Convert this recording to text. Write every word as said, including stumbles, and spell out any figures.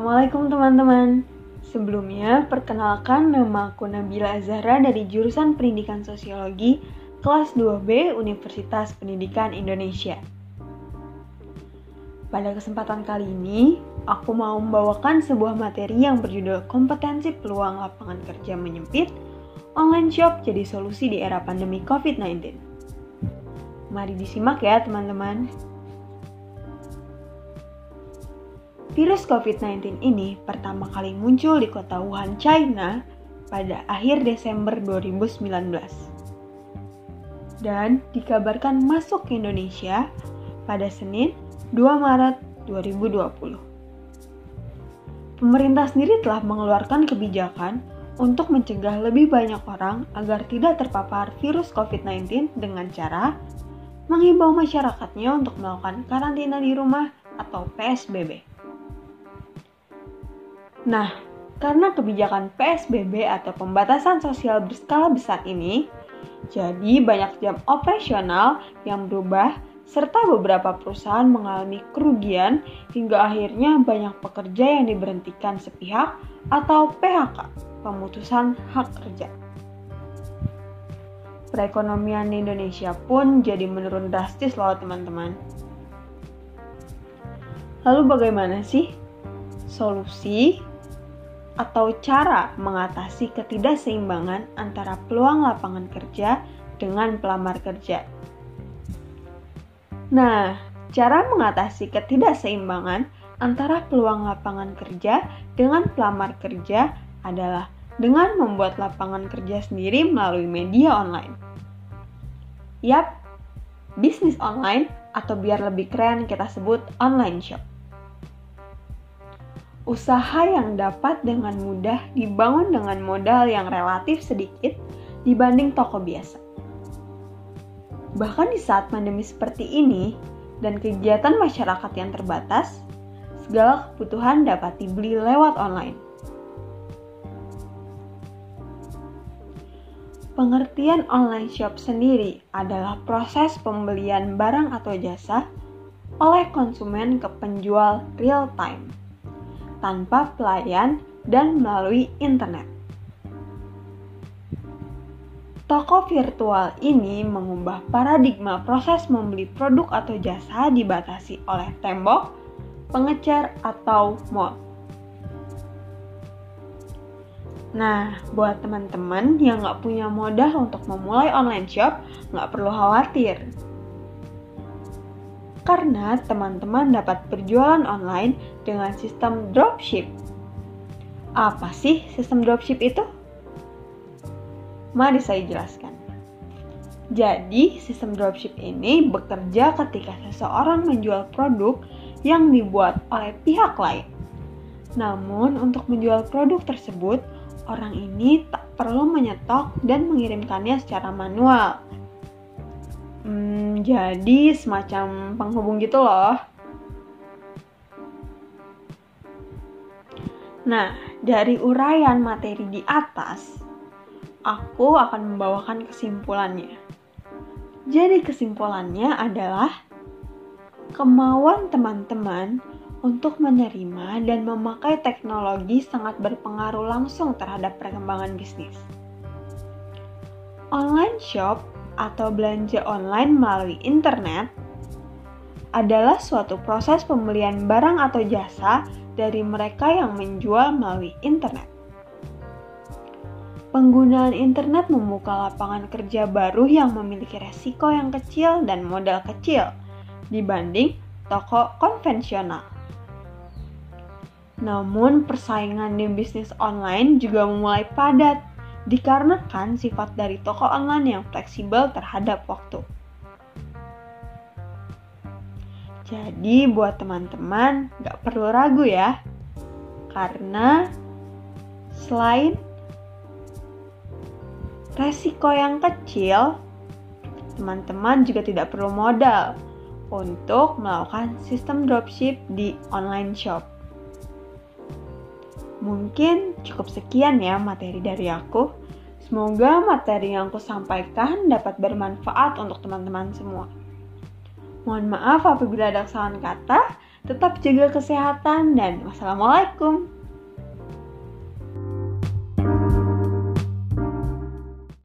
Assalamualaikum teman-teman. Sebelumnya, perkenalkan nama aku Nabila Azahra dari jurusan Pendidikan Sosiologi kelas dua B Universitas Pendidikan Indonesia. Pada kesempatan kali ini, aku mau membawakan sebuah materi yang berjudul Kompetensi Peluang Lapangan Kerja Menyempit, Online Shop Jadi Solusi di Era Pandemi covid sembilan belas. Mari disimak ya teman-teman. Virus covid sembilan belas ini pertama kali muncul di kota Wuhan, China pada akhir Desember dua ribu sembilan belas. Dan dikabarkan masuk ke Indonesia pada Senin dua Maret dua ribu dua puluh. Pemerintah sendiri telah mengeluarkan kebijakan untuk mencegah lebih banyak orang agar tidak terpapar virus covid sembilan belas dengan cara menghimbau masyarakatnya untuk melakukan karantina di rumah atau P S B B. Nah, karena kebijakan P S B B atau pembatasan sosial berskala besar ini, jadi banyak jam operasional yang berubah serta beberapa perusahaan mengalami kerugian hingga akhirnya banyak pekerja yang diberhentikan sepihak atau P H K, pemutusan hak kerja. Perekonomian di Indonesia pun jadi menurun drastis loh teman-teman. Lalu bagaimana sih solusi atau cara mengatasi ketidakseimbangan antara peluang lapangan kerja dengan pelamar kerja? Nah, cara mengatasi ketidakseimbangan antara peluang lapangan kerja dengan pelamar kerja adalah dengan membuat lapangan kerja sendiri melalui media online. Yap, bisnis online atau biar lebih keren kita sebut online shop. Usaha yang dapat dengan mudah dibangun dengan modal yang relatif sedikit dibanding toko biasa. Bahkan di saat pandemi seperti ini dan kegiatan masyarakat yang terbatas, segala kebutuhan dapat dibeli lewat online. Pengertian online shop sendiri adalah proses pembelian barang atau jasa oleh konsumen ke penjual real time, tanpa pelayan dan melalui internet. Toko virtual ini mengubah paradigma proses membeli produk atau jasa dibatasi oleh tembok, pengecer, atau mall. Nah, buat teman-teman yang nggak punya modal untuk memulai online shop, nggak perlu khawatir. Karena teman-teman dapat berjualan online dengan sistem dropship. Apa sih sistem dropship itu? Mari saya jelaskan. Jadi, sistem dropship ini bekerja ketika seseorang menjual produk yang dibuat oleh pihak lain. Namun, untuk menjual produk tersebut, orang ini tak perlu menyetok dan mengirimkannya secara manual. Hmm, jadi semacam penghubung gitu loh. Nah, dari uraian materi di atas, aku akan membawakan kesimpulannya. Jadi kesimpulannya adalah kemauan teman-teman untuk menerima dan memakai teknologi sangat berpengaruh langsung terhadap perkembangan bisnis. Online shop atau belanja online melalui internet adalah suatu proses pembelian barang atau jasa dari mereka yang menjual melalui internet. Penggunaan internet membuka lapangan kerja baru yang memiliki resiko yang kecil dan modal kecil dibanding toko konvensional. Namun, persaingan di bisnis online juga memulai padat dikarenakan sifat dari toko online yang fleksibel terhadap waktu. Jadi buat teman-teman gak perlu ragu ya, karena selain resiko yang kecil, teman-teman juga tidak perlu modal untuk melakukan sistem dropship di online shop. Mungkin cukup sekian ya materi dari aku. Semoga materi yang aku sampaikan dapat bermanfaat untuk teman-teman semua. Mohon maaf apabila ada kesalahan kata Tetap jaga kesehatan dan wassalamualaikum.